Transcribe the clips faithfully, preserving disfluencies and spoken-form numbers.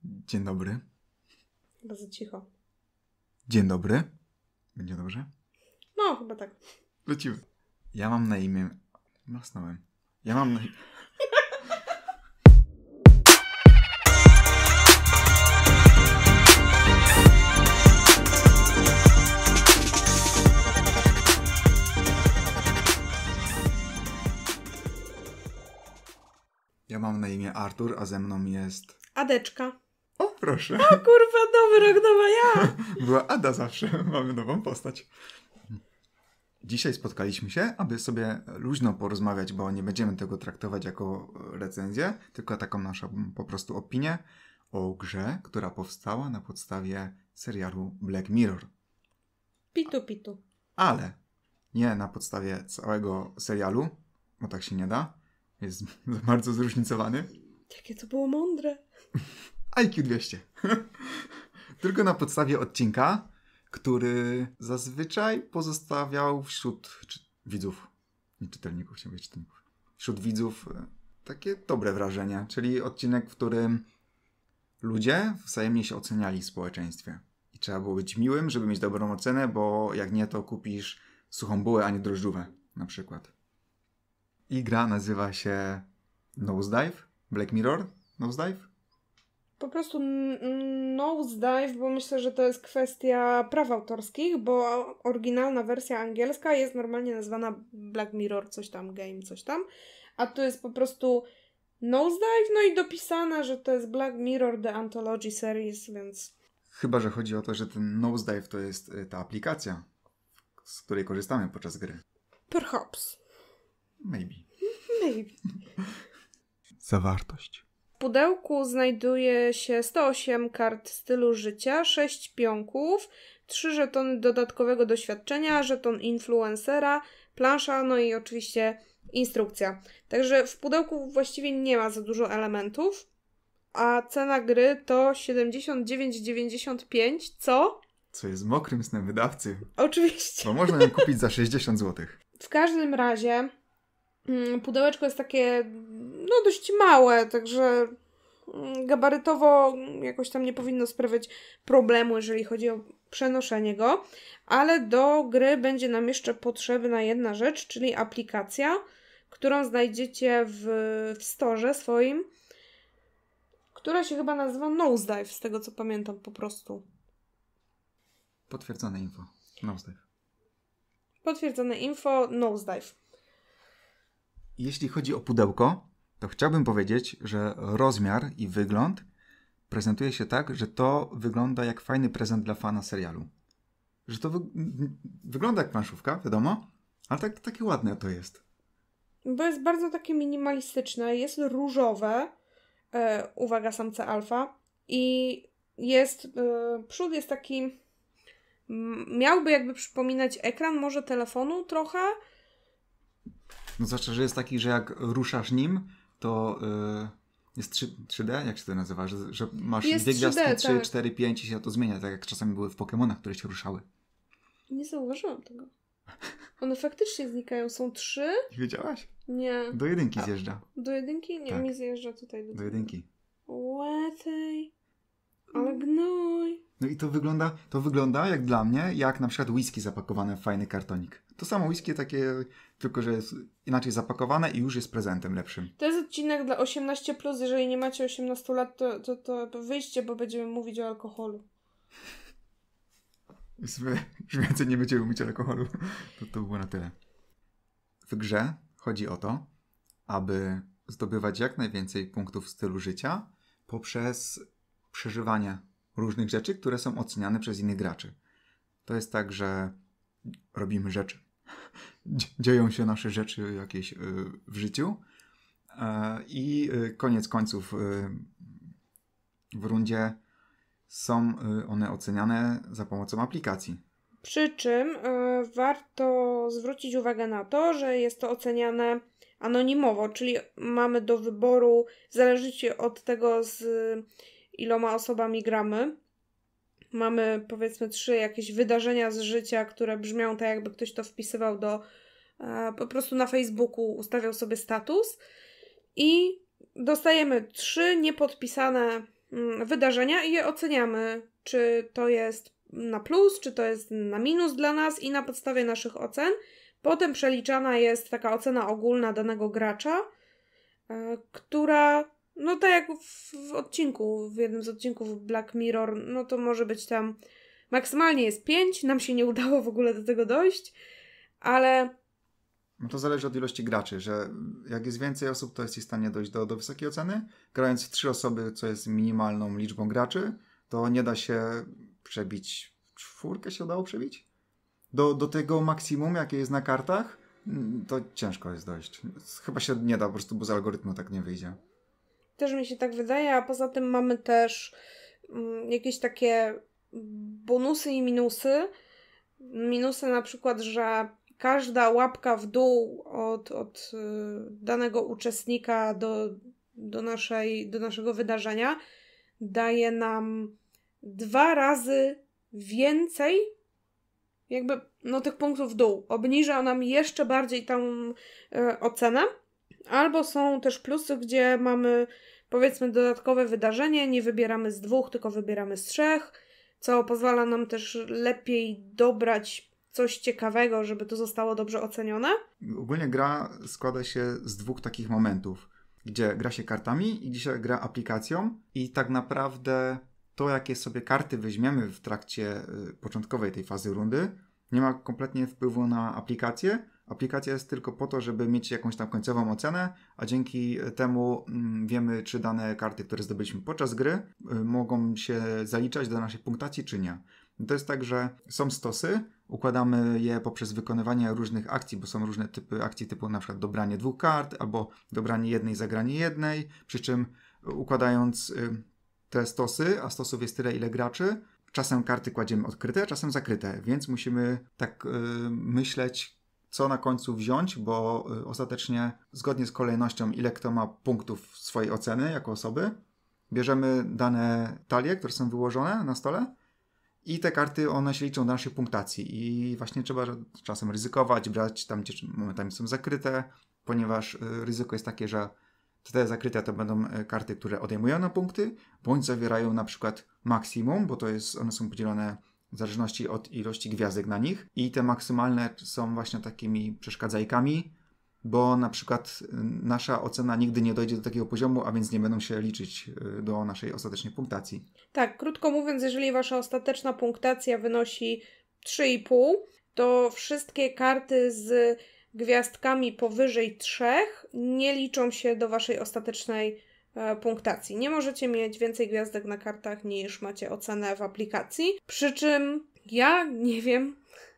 Dzień dobry. Bardzo cicho. Dzień dobry. Będzie dobrze? No, chyba tak. Lecimy. Ja mam na imię... Masnąłem. Ja mam na... Ja mam na imię Artur, a ze mną jest... Adeczka. O, proszę. O kurwa, nowy rok, nowa ja. Była Ada zawsze. Mamy nową postać. Dzisiaj spotkaliśmy się, aby sobie luźno porozmawiać, bo nie będziemy tego traktować jako recenzję, tylko taką naszą po prostu opinię o grze, która powstała na podstawie serialu Black Mirror. Pitu, pitu. Ale nie na podstawie całego serialu, bo tak się nie da. Jest bardzo zróżnicowany. Jakie to było mądre. I Q dwieście. Tylko na podstawie odcinka, który zazwyczaj pozostawiał wśród czy- widzów, nie czytelników, chciałem powiedzieć czytelników, wśród widzów e, takie dobre wrażenie, czyli odcinek, w którym ludzie wzajemnie się oceniali w społeczeństwie. I trzeba było być miłym, żeby mieć dobrą ocenę, bo jak nie, to kupisz suchą bułę, a nie drożdżówę, na przykład. I gra nazywa się Nosedive, Black Mirror, Nosedive. Po prostu n- nosedive, bo myślę, że to jest kwestia praw autorskich, bo oryginalna wersja angielska jest normalnie nazwana Black Mirror, coś tam, game, coś tam. A tu jest po prostu nosedive, no i dopisane, że to jest Black Mirror The Anthology Series, więc... Chyba że chodzi o to, że ten Nosedive to jest y, ta aplikacja, z której korzystamy podczas gry. Perhaps. Maybe. Maybe. Zawartość. W pudełku znajduje się sto osiem kart stylu życia, sześć pionków, trzy żetony dodatkowego doświadczenia, żeton influencera, plansza, no i oczywiście instrukcja. Także w pudełku właściwie nie ma za dużo elementów, a cena gry to siedemdziesiąt dziewięć dziewięćdziesiąt pięć, co? Co jest mokrym snem wydawcy. Oczywiście. Bo można ją kupić za sześćdziesiąt złotych. W każdym razie mm, pudełeczko jest takie no dość małe, także mm, gabarytowo jakoś tam nie powinno sprawiać problemu, jeżeli chodzi o przenoszenie go, ale do gry będzie nam jeszcze potrzebna jedna rzecz, czyli aplikacja, którą znajdziecie w, w storze swoim, która się chyba nazywa Nosedive, z tego co pamiętam po prostu. Potwierdzone info. Nosedive. Potwierdzone info, Nosedive. Jeśli chodzi o pudełko, to chciałbym powiedzieć, że rozmiar i wygląd prezentuje się tak, że to wygląda jak fajny prezent dla fana serialu. Że to wy- wygląda jak planszówka, wiadomo, ale tak, takie ładne to jest. Bo jest bardzo takie minimalistyczne, jest różowe, e, uwaga, samce alfa, i jest, e, przód jest taki, m, miałby jakby przypominać ekran może telefonu trochę. No zwłaszcza, że jest taki, że jak ruszasz nim, to yy, jest trzy D, jak się to nazywa, że, że masz Jest dwie gwiazdki, trzy D, trzy, tak. cztery, pięć i się to zmienia, tak jak czasami były w Pokemonach, które się ruszały. Nie zauważyłam tego. One faktycznie znikają, są trzy? Nie wiedziałaś? Nie. Do jedynki zjeżdża. Do jedynki? Nie, Tak. mi zjeżdża tutaj. Do, Do jedynki. Łetej. Ale gnój. No i to wygląda, to wygląda jak dla mnie, jak na przykład whisky zapakowane w fajny kartonik. To samo whisky takie, tylko że jest inaczej zapakowane i już jest prezentem lepszym. To jest odcinek dla osiemnaście plus, jeżeli nie macie osiemnastu lat, to, to, to wyjście, bo będziemy mówić o alkoholu. Już więcej nie będziemy mówić o alkoholu. To, to było na tyle. W grze chodzi o to, aby zdobywać jak najwięcej punktów w stylu życia poprzez przeżywanie różnych rzeczy, które są oceniane przez innych graczy. To jest tak, że robimy rzeczy. Dzieją się nasze rzeczy jakieś y, w życiu y, i y, koniec końców y, w rundzie są y, one oceniane za pomocą aplikacji. Przy czym y, warto zwrócić uwagę na to, że jest to oceniane anonimowo, czyli mamy do wyboru, w zależności od tego, z iloma osobami gramy, mamy powiedzmy trzy jakieś wydarzenia z życia, które brzmią tak, jakby ktoś to wpisywał do e, po prostu na Facebooku, ustawiał sobie status i dostajemy trzy niepodpisane wydarzenia i je oceniamy, czy to jest na plus, czy to jest na minus dla nas i na podstawie naszych ocen potem przeliczana jest taka ocena ogólna danego gracza, która, no tak jak w, w odcinku, w jednym z odcinków Black Mirror, no to może być tam maksymalnie jest pięć, nam się nie udało w ogóle do tego dojść, ale... No to zależy od ilości graczy, że jak jest więcej osób, to jesteś w stanie dojść do, do wysokiej oceny. Grając w trzy osoby, co jest minimalną liczbą graczy, to nie da się przebić, czwórkę się udało przebić? Do, do tego maksimum, jakie jest na kartach, to ciężko jest dojść. Chyba się nie da po prostu, bo z algorytmu tak nie wyjdzie. Też mi się tak wydaje, a poza tym mamy też um, jakieś takie bonusy i minusy. Minusy na przykład, że każda łapka w dół od, od y, danego uczestnika do, do, naszej, do naszego wydarzenia daje nam dwa razy więcej jakby no tych punktów w dół. Obniża nam jeszcze bardziej tą y, ocenę. Albo są też plusy, gdzie mamy powiedzmy dodatkowe wydarzenie, nie wybieramy z dwóch, tylko wybieramy z trzech, co pozwala nam też lepiej dobrać coś ciekawego, żeby to zostało dobrze ocenione. Ogólnie gra składa się z dwóch takich momentów, gdzie gra się kartami i gdzie się gra aplikacją i tak naprawdę to, jakie sobie karty weźmiemy w trakcie y, początkowej tej fazy rundy, nie ma kompletnie wpływu na aplikację. Aplikacja jest tylko po to, żeby mieć jakąś tam końcową ocenę, a dzięki temu mm, wiemy, czy dane karty, które zdobyliśmy podczas gry, y, mogą się zaliczać do naszej punktacji, czy nie. To jest tak, że są stosy, układamy je poprzez wykonywanie różnych akcji, bo są różne typy akcji, typu na przykład dobranie dwóch kart, albo dobranie jednej, zagranie jednej, przy czym układając y, te stosy, a stosów jest tyle, ile graczy, czasem karty kładziemy odkryte, czasem zakryte, więc musimy tak y, myśleć, co na końcu wziąć, bo y, ostatecznie zgodnie z kolejnością, ile kto ma punktów swojej oceny jako osoby, bierzemy dane talie, które są wyłożone na stole i te karty, one się liczą do naszej punktacji i właśnie trzeba czasem ryzykować, brać tam, gdzie momentami są zakryte, ponieważ y, ryzyko jest takie, że te zakryte to będą karty, które odejmują nam punkty, bądź zawierają na przykład maksimum, bo to jest, one są podzielone w zależności od ilości gwiazdek na nich i te maksymalne są właśnie takimi przeszkadzajkami, bo na przykład nasza ocena nigdy nie dojdzie do takiego poziomu, a więc nie będą się liczyć do naszej ostatecznej punktacji. Tak, krótko mówiąc, jeżeli wasza ostateczna punktacja wynosi trzy i pół, to wszystkie karty z gwiazdkami powyżej trzech nie liczą się do waszej ostatecznej e, punktacji. Nie możecie mieć więcej gwiazdek na kartach niż macie ocenę w aplikacji. Przy czym ja nie wiem,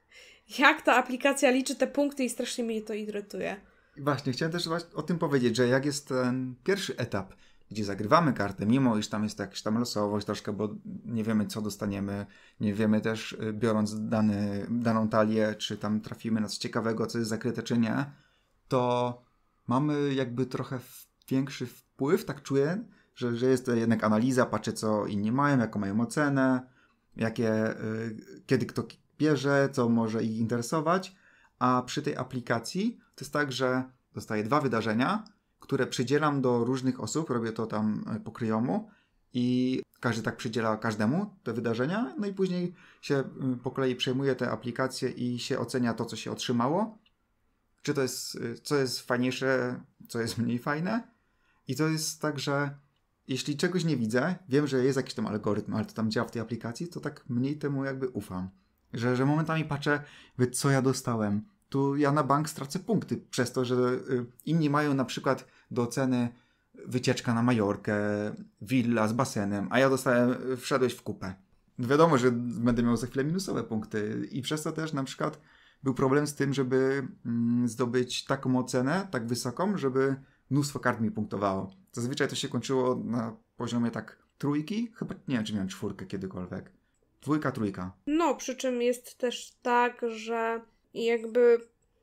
jak ta aplikacja liczy te punkty i strasznie mnie to irytuje. Właśnie, chciałem też o tym powiedzieć, że jak jest ten pierwszy etap, gdzie zagrywamy kartę, mimo iż tam jest jakaś tam losowość troszkę, bo nie wiemy, co dostaniemy, nie wiemy też, biorąc dany, daną talię, czy tam trafimy na coś ciekawego, co jest zakryte, czy nie, to mamy jakby trochę większy wpływ, tak czuję, że, że jest to jednak analiza, patrzę, co inni mają, jaką mają ocenę, jakie, y, kiedy kto bierze, co może ich interesować, a przy tej aplikacji to jest tak, że dostaję dwa wydarzenia, które przydzielam do różnych osób, robię to tam po kryjomu i każdy tak przydziela każdemu te wydarzenia, no i później się po kolei przejmuje te aplikacje i się ocenia to, co się otrzymało, czy to jest, co jest fajniejsze, co jest mniej fajne i to jest tak, że jeśli czegoś nie widzę, wiem, że jest jakiś tam algorytm, ale to tam działa w tej aplikacji, to tak mniej temu jakby ufam, że, że momentami patrzę, co ja dostałem. Tu ja na bank stracę punkty przez to, że inni mają na przykład do oceny wycieczka na Majorkę, willa z basenem, a ja dostałem, wszedłeś w kupę. Wiadomo, że będę miał za chwilę minusowe punkty i przez to też na przykład był problem z tym, żeby zdobyć taką ocenę, tak wysoką, żeby mnóstwo kart mi punktowało. Zazwyczaj to się kończyło na poziomie tak trójki, chyba nie wiem, czy miałem czwórkę kiedykolwiek. Dwójka, trójka. No, przy czym jest też tak, że jakby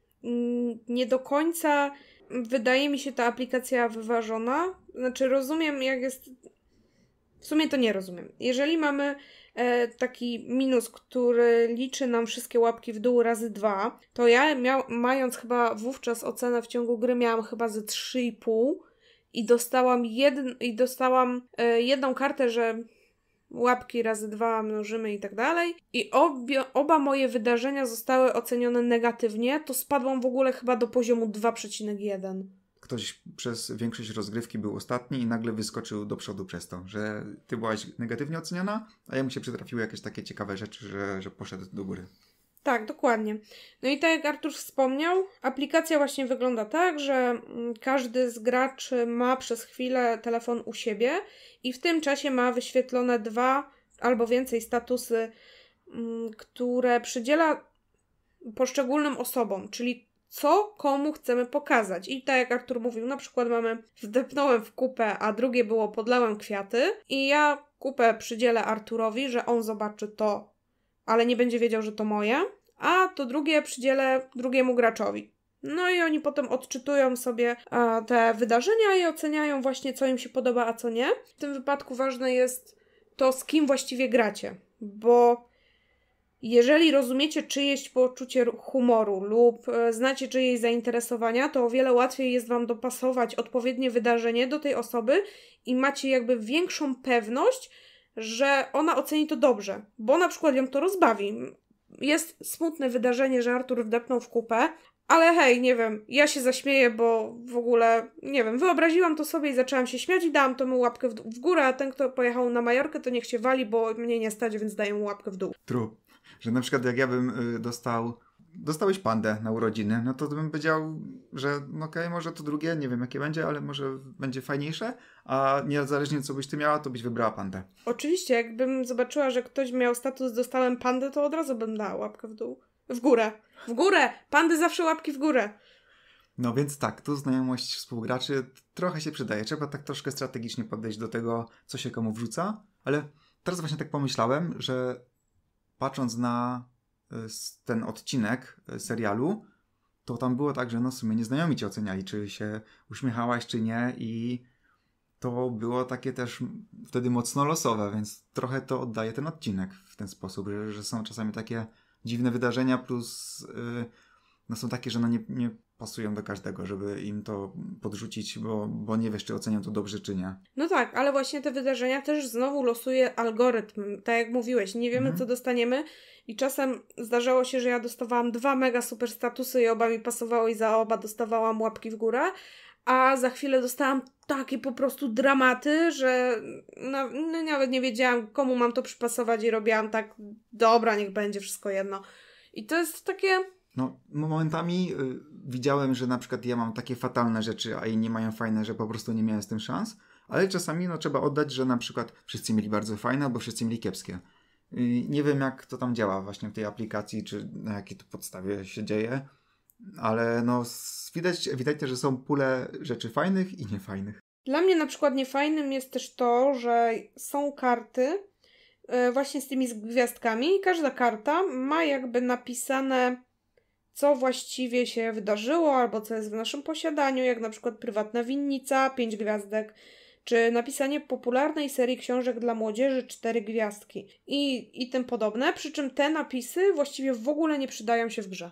nie do końca wydaje mi się ta aplikacja wyważona. Znaczy rozumiem, jak jest... W sumie to nie rozumiem. Jeżeli mamy e, taki minus, który liczy nam wszystkie łapki w dół razy dwa, to ja miał, mając chyba wówczas ocenę w ciągu gry miałam chyba ze trzy i pół i dostałam, jedn, i dostałam y, jedną kartę, że łapki razy dwa mnożymy i tak dalej. I obie, oba moje wydarzenia zostały ocenione negatywnie, to spadłam w ogóle chyba do poziomu dwa przecinek jeden. Ktoś przez większość rozgrywki był ostatni i nagle wyskoczył do przodu przez to, że ty byłaś negatywnie oceniona, a jemu się przytrafiły jakieś takie ciekawe rzeczy, że, że poszedł do góry. Tak, dokładnie. No i tak jak Artur wspomniał, aplikacja właśnie wygląda tak, że każdy z graczy ma przez chwilę telefon u siebie i w tym czasie ma wyświetlone dwa albo więcej statusy, które przydziela poszczególnym osobom, czyli co komu chcemy pokazać. I tak jak Artur mówił, na przykład mamy wdepnąłem w kupę, a drugie było podlałem kwiaty i ja kupę przydzielę Arturowi, że on zobaczy to, ale nie będzie wiedział, że to moje, a to drugie przydzielę drugiemu graczowi. No i oni potem odczytują sobie a, te wydarzenia i oceniają właśnie, co im się podoba, a co nie. W tym wypadku ważne jest to, z kim właściwie gracie, bo jeżeli rozumiecie czyjeś poczucie humoru lub e, znacie czyjeś zainteresowania, to o wiele łatwiej jest wam dopasować odpowiednie wydarzenie do tej osoby i macie jakby większą pewność, że ona oceni to dobrze, bo na przykład ją to rozbawi. Jest smutne wydarzenie, że Artur wdepnął w kupę, ale hej, nie wiem, ja się zaśmieję, bo w ogóle, nie wiem, wyobraziłam to sobie i zaczęłam się śmiać i dałam temu łapkę w, d- w górę, a ten, kto pojechał na Majorkę, to niech się wali, bo mnie nie stać, więc daję mu łapkę w dół. True. Że na przykład jak ja bym y, dostał, dostałeś pandę na urodziny, no to bym powiedział, że no okej, okay, może to drugie, nie wiem jakie będzie, ale może będzie fajniejsze, a niezależnie co byś ty miała, to byś wybrała pandę. Oczywiście, jakbym zobaczyła, że ktoś miał status dostałem pandę, to od razu bym dała łapkę w dół. W górę. W górę! Pandy zawsze łapki w górę. No więc tak, tu znajomość współgraczy trochę się przydaje. Trzeba tak troszkę strategicznie podejść do tego, co się komu wrzuca, ale teraz właśnie tak pomyślałem, że patrząc na ten odcinek serialu, to tam było tak, że no w sumie nieznajomi cię oceniali, czy się uśmiechałaś, czy nie i to było takie też wtedy mocno losowe, więc trochę to oddaje ten odcinek w ten sposób, że, że są czasami takie dziwne wydarzenia plus yy, no są takie, że no nie, nie pasują do każdego, żeby im to podrzucić, bo, bo nie wiesz, czy ocenią to dobrze, czy nie. No tak, ale właśnie te wydarzenia też znowu losuje algorytm. Tak jak mówiłeś, nie wiemy, mhm. co dostaniemy i czasem zdarzało się, że ja dostawałam dwa mega super statusy i oba mi pasowały i za oba dostawałam łapki w górę, a za chwilę dostałam takie po prostu dramaty, że no, no, nawet nie wiedziałam, komu mam to przypasować i robiłam tak, dobra, niech będzie wszystko jedno. I to jest takie... No, momentami y, widziałem, że na przykład ja mam takie fatalne rzeczy, a inni mają fajne, że po prostu nie miałem z tym szans, ale czasami no, trzeba oddać, że na przykład wszyscy mieli bardzo fajne, albo wszyscy mieli kiepskie. Y, nie wiem, jak to tam działa właśnie w tej aplikacji, czy na jakiej to podstawie się dzieje, ale no widać ewidentnie, że są pule rzeczy fajnych i niefajnych. Dla mnie na przykład niefajnym jest też to, że są karty yy, właśnie z tymi gwiazdkami i każda karta ma jakby napisane, co właściwie się wydarzyło, albo co jest w naszym posiadaniu, jak na przykład prywatna winnica, pięć gwiazdek, czy napisanie popularnej serii książek dla młodzieży, cztery gwiazdki i, i tym podobne, przy czym te napisy właściwie w ogóle nie przydają się w grze.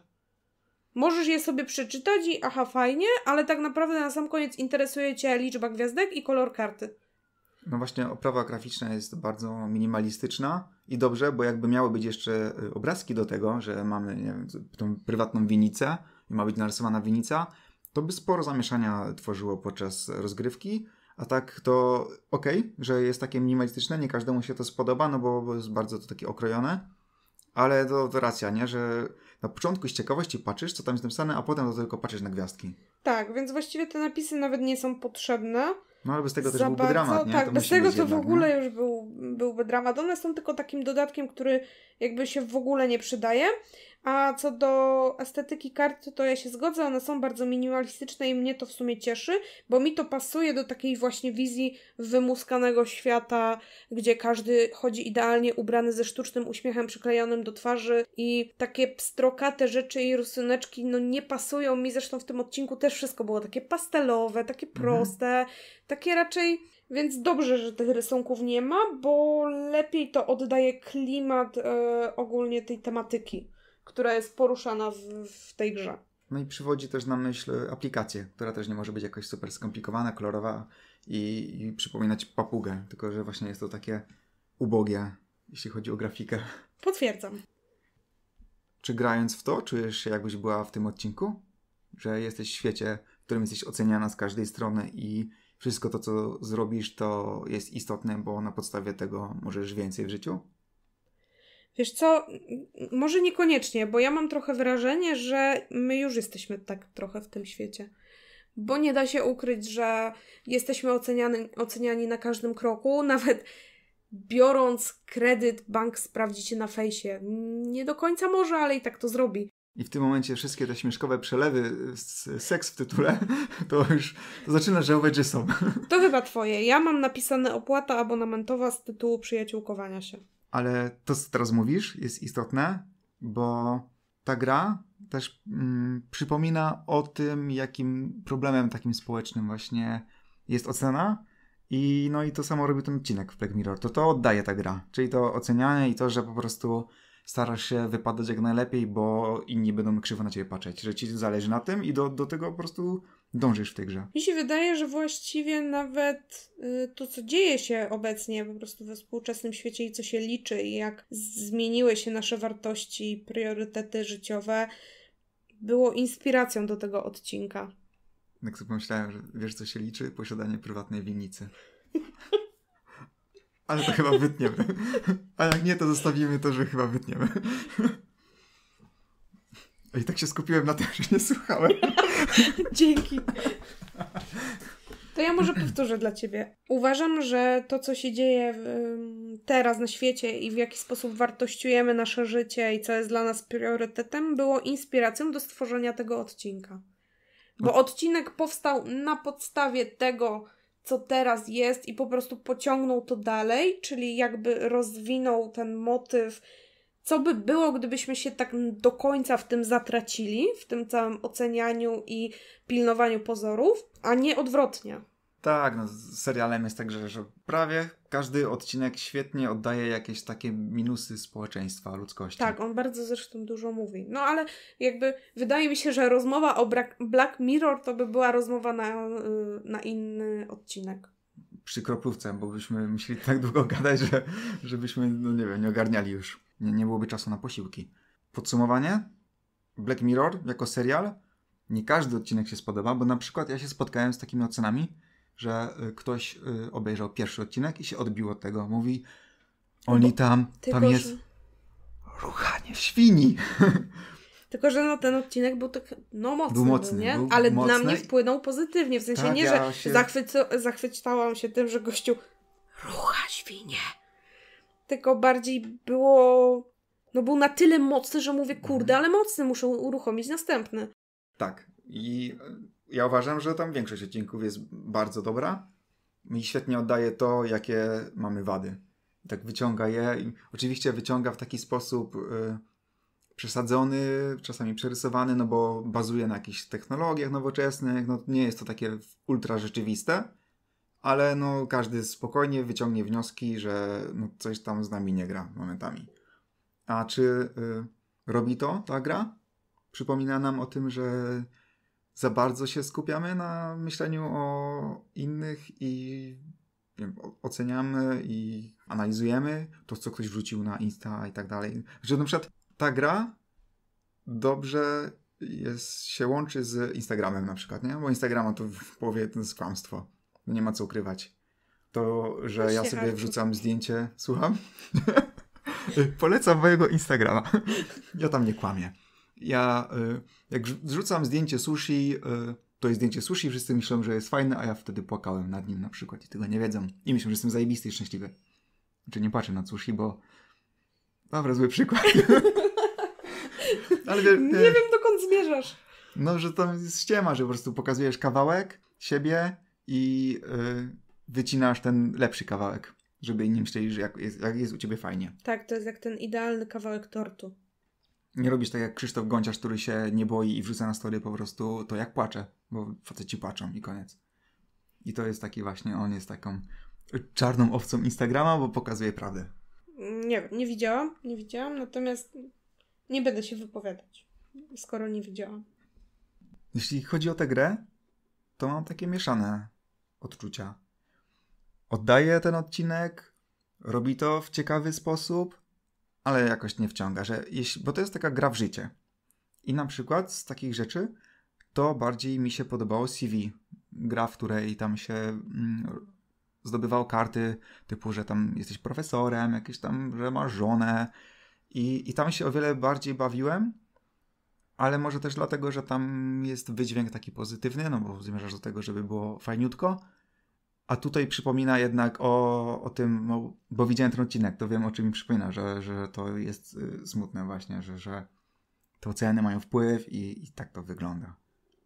Możesz je sobie przeczytać i aha, fajnie, ale tak naprawdę na sam koniec interesuje cię liczba gwiazdek i kolor karty. No właśnie oprawa graficzna jest bardzo minimalistyczna i dobrze, bo jakby miały być jeszcze obrazki do tego, że mamy nie wiem, tą prywatną winnicę i ma być narysowana winnica, to by sporo zamieszania tworzyło podczas rozgrywki, a tak to okej, okay, że jest takie minimalistyczne, nie każdemu się to spodoba, no bo, bo jest bardzo to takie okrojone, ale to, to racja, nie, że na początku z ciekawości patrzysz, co tam jest napisane, a potem to tylko patrzysz na gwiazdki. Tak, więc właściwie te napisy nawet nie są potrzebne. No ale bez tego też byłby dramat, nie? Tak, to bez tego to jednak, w ogóle nie? już był, byłby dramat. One są tylko takim dodatkiem, który jakby się w ogóle nie przydaje. A co do estetyki kart, to ja się zgodzę, one są bardzo minimalistyczne i mnie to w sumie cieszy, bo mi to pasuje do takiej właśnie wizji wymuskanego świata, gdzie każdy chodzi idealnie ubrany ze sztucznym uśmiechem przyklejonym do twarzy i takie pstrokate rzeczy i rysuneczki no nie pasują mi, zresztą w tym odcinku też wszystko było takie pastelowe, takie proste, mhm. takie raczej... Więc dobrze, że tych rysunków nie ma, bo lepiej to oddaje klimat e, ogólnie tej tematyki, która jest poruszana w, w tej grze. No i przywodzi też na myśl aplikację, która też nie może być jakoś super skomplikowana, kolorowa i, i przypominać papugę, tylko że właśnie jest to takie ubogie, jeśli chodzi o grafikę. Potwierdzam. Czy grając w to, czujesz się jakbyś była w tym odcinku? Że jesteś w świecie, w którym jesteś oceniana z każdej strony i wszystko to, co zrobisz, to jest istotne, bo na podstawie tego możesz więcej w życiu? Wiesz co, może niekoniecznie, bo ja mam trochę wrażenie, że my już jesteśmy tak trochę w tym świecie. Bo nie da się ukryć, że jesteśmy oceniani, oceniani na każdym kroku, nawet biorąc kredyt, bank sprawdzi cię na fejsie. Nie do końca może, ale i tak to zrobi. I w tym momencie wszystkie te śmieszkowe przelewy z seks w tytule, to już to zaczynasz żałować, że są. To chyba twoje. Ja mam napisane opłata abonamentowa z tytułu przyjaciółkowania się. Ale to, co teraz mówisz, jest istotne, bo ta gra też mm, przypomina o tym, jakim problemem takim społecznym właśnie jest ocena. I no i to samo robi ten odcinek w Black Mirror. To to oddaje ta gra. Czyli to ocenianie i to, że po prostu starasz się wypadać jak najlepiej, bo inni będą krzywo na ciebie patrzeć. Że ci zależy na tym i do, do tego po prostu dążysz w tej grze. Mi się wydaje, że właściwie nawet y, to, co dzieje się obecnie po prostu we współczesnym świecie i co się liczy i jak zmieniły się nasze wartości i priorytety życiowe, było inspiracją do tego odcinka. Tak sobie pomyślałem, że wiesz, co się liczy? Posiadanie prywatnej winnicy. Ale to chyba wytniemy. A jak nie, to zostawimy to, że chyba wytniemy. I tak się skupiłem na tym, że nie słuchałem. Dzięki. To ja może powtórzę dla ciebie. Uważam, że to, co się dzieje w, teraz na świecie i w jaki sposób wartościujemy nasze życie i co jest dla nas priorytetem, było inspiracją do stworzenia tego odcinka. Bo odcinek powstał na podstawie tego, co teraz jest i po prostu pociągnął to dalej, czyli jakby rozwinął ten motyw, co by było, gdybyśmy się tak do końca w tym zatracili, w tym całym ocenianiu i pilnowaniu pozorów, a nie odwrotnie. Tak, no z serialem jest tak, że, że prawie każdy odcinek świetnie oddaje jakieś takie minusy społeczeństwa, ludzkości. Tak, on bardzo zresztą dużo mówi. No ale jakby wydaje mi się, że rozmowa o Black Mirror to by była rozmowa na, na inny odcinek. Przy kroplówce, bo byśmy musieli tak długo gadać, że żebyśmy, no nie wiem, nie ogarniali już. Nie, nie byłoby czasu na posiłki. Podsumowanie? Black Mirror jako serial? Nie każdy odcinek się spodoba, bo na przykład ja się spotkałem z takimi ocenami, że ktoś obejrzał pierwszy odcinek i się odbił od tego. Mówi, oni tam, Tylko, tam jest że... ruchanie świni. Tylko, że no ten odcinek był tak, no mocny, był mocny był, nie? był Ale mocny. na mnie wpłynął pozytywnie. W sensie tak, nie, ja że się... zachwyc- zachwycałam się tym, że gościu rucha świnie. Tylko bardziej było, no był na tyle mocny, że mówię, kurde, ale mocny, muszę uruchomić następny. Tak. I ja uważam, że tam większość odcinków jest bardzo dobra i świetnie oddaje to, jakie mamy wady. Tak wyciąga je. I oczywiście wyciąga w taki sposób y, przesadzony, czasami przerysowany, no bo bazuje na jakichś technologiach nowoczesnych. No nie jest to takie ultra rzeczywiste, ale no każdy spokojnie wyciągnie wnioski, że no coś tam z nami nie gra momentami. A czy y, robi to ta gra? Przypomina nam o tym, że za bardzo się skupiamy na myśleniu o innych i nie wiem, oceniamy i analizujemy to, co ktoś wrzucił na Insta i tak dalej. Że na przykład ta gra dobrze jest, się łączy z Instagramem na przykład, nie? Bo Instagrama to w połowie to jest kłamstwo. No nie ma co ukrywać. To, że Właśnie, ja sobie Artur. wrzucam zdjęcie... Słucham? Polecam mojego Instagrama. Ja tam nie kłamię. Ja, y, jak zrzucam zdjęcie sushi, y, to jest zdjęcie sushi, wszyscy myślą, że jest fajne, a ja wtedy płakałem nad nim na przykład i tego nie wiedzą. I myślą, że jestem zajebisty i szczęśliwy. Znaczy nie patrzę na sushi, bo... Dobra, zły przykład. Ale wie, Nie wiem, dokąd zmierzasz. No, że to jest ściema, że po prostu pokazujesz kawałek siebie i y, wycinasz ten lepszy kawałek, żeby inni myśleli, że jak jest, jak jest u ciebie fajnie. Tak, to jest jak ten idealny kawałek tortu. Nie robisz tak jak Krzysztof Gonciarz, który się nie boi i wrzuca na story po prostu to jak płacze, bo faceci płaczą i koniec. I to jest taki właśnie, on jest taką czarną owcą Instagrama, bo pokazuje prawdę. Nie wiem, nie widziałam, nie widziałam, natomiast nie będę się wypowiadać, skoro nie widziałam. Jeśli chodzi o tę grę, to mam takie mieszane odczucia. Oddaje ten odcinek, robi to w ciekawy sposób, ale jakoś nie wciąga, że jeśli, bo to jest taka gra w życie. I na przykład z takich rzeczy to bardziej mi się podobało C V. Gra, w której tam się mm, zdobywało karty typu, że tam jesteś profesorem, jakieś tam, że masz żonę i, i tam się o wiele bardziej bawiłem, ale może też dlatego, że tam jest wydźwięk taki pozytywny, no bo zmierzasz do tego, żeby było fajniutko, a tutaj przypomina jednak o, o tym, no, bo widziałem ten odcinek, to wiem, o czym mi przypomina, że, że to jest y, smutne właśnie, że, że te oceny mają wpływ i, i tak to wygląda.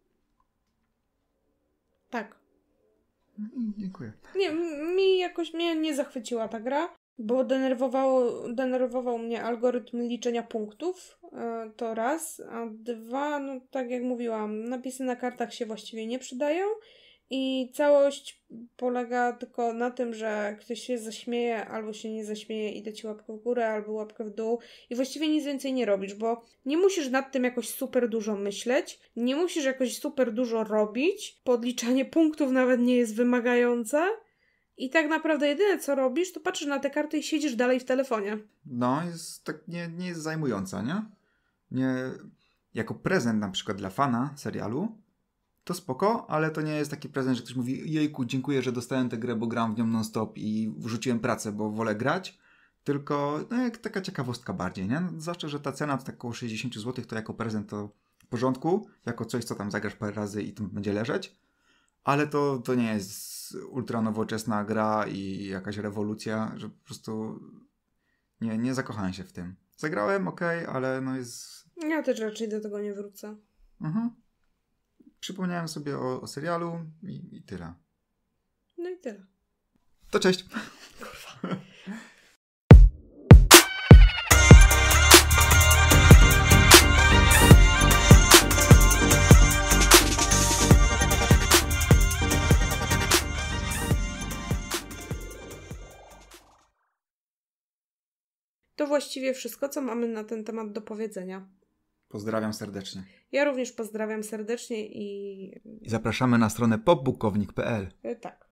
Tak. Dziękuję. Nie, mi jakoś mnie nie zachwyciła ta gra, bo denerwowało, denerwował mnie algorytm liczenia punktów, e, to raz, a dwa, no tak jak mówiłam, napisy na kartach się właściwie nie przydają i całość polega tylko na tym, że ktoś się zaśmieje albo się nie zaśmieje i da ci łapkę w górę albo łapkę w dół i właściwie nic więcej nie robisz, bo nie musisz nad tym jakoś super dużo myśleć, nie musisz jakoś super dużo robić, podliczanie punktów nawet nie jest wymagające i tak naprawdę jedyne co robisz, to patrzysz na te karty i siedzisz dalej w telefonie. No, jest tak nie, nie jest zajmująca, nie? Nie, jako prezent na przykład dla fana serialu to spoko, ale to nie jest taki prezent, że ktoś mówi jejku, dziękuję, że dostałem tę grę, bo gram w nią non-stop i wrzuciłem pracę, bo wolę grać, tylko no, jak taka ciekawostka bardziej, nie? No, zwłaszcza, że ta cena to tak około sześćdziesiąt złotych, to jako prezent to w porządku, jako coś, co tam zagrasz parę razy i to będzie leżeć, ale to, to nie jest ultra nowoczesna gra i jakaś rewolucja, że po prostu nie, nie zakochałem się w tym. Zagrałem, okej, okay, ale no jest... Ja też raczej do tego nie wrócę. Mhm. Przypomniałem sobie o, o serialu i, i tyle. No i tyle. To cześć. Kurwa. To właściwie wszystko, co mamy na ten temat do powiedzenia. Pozdrawiam serdecznie. Ja również pozdrawiam serdecznie i... I zapraszamy na stronę popbukownik kropka p l. Tak.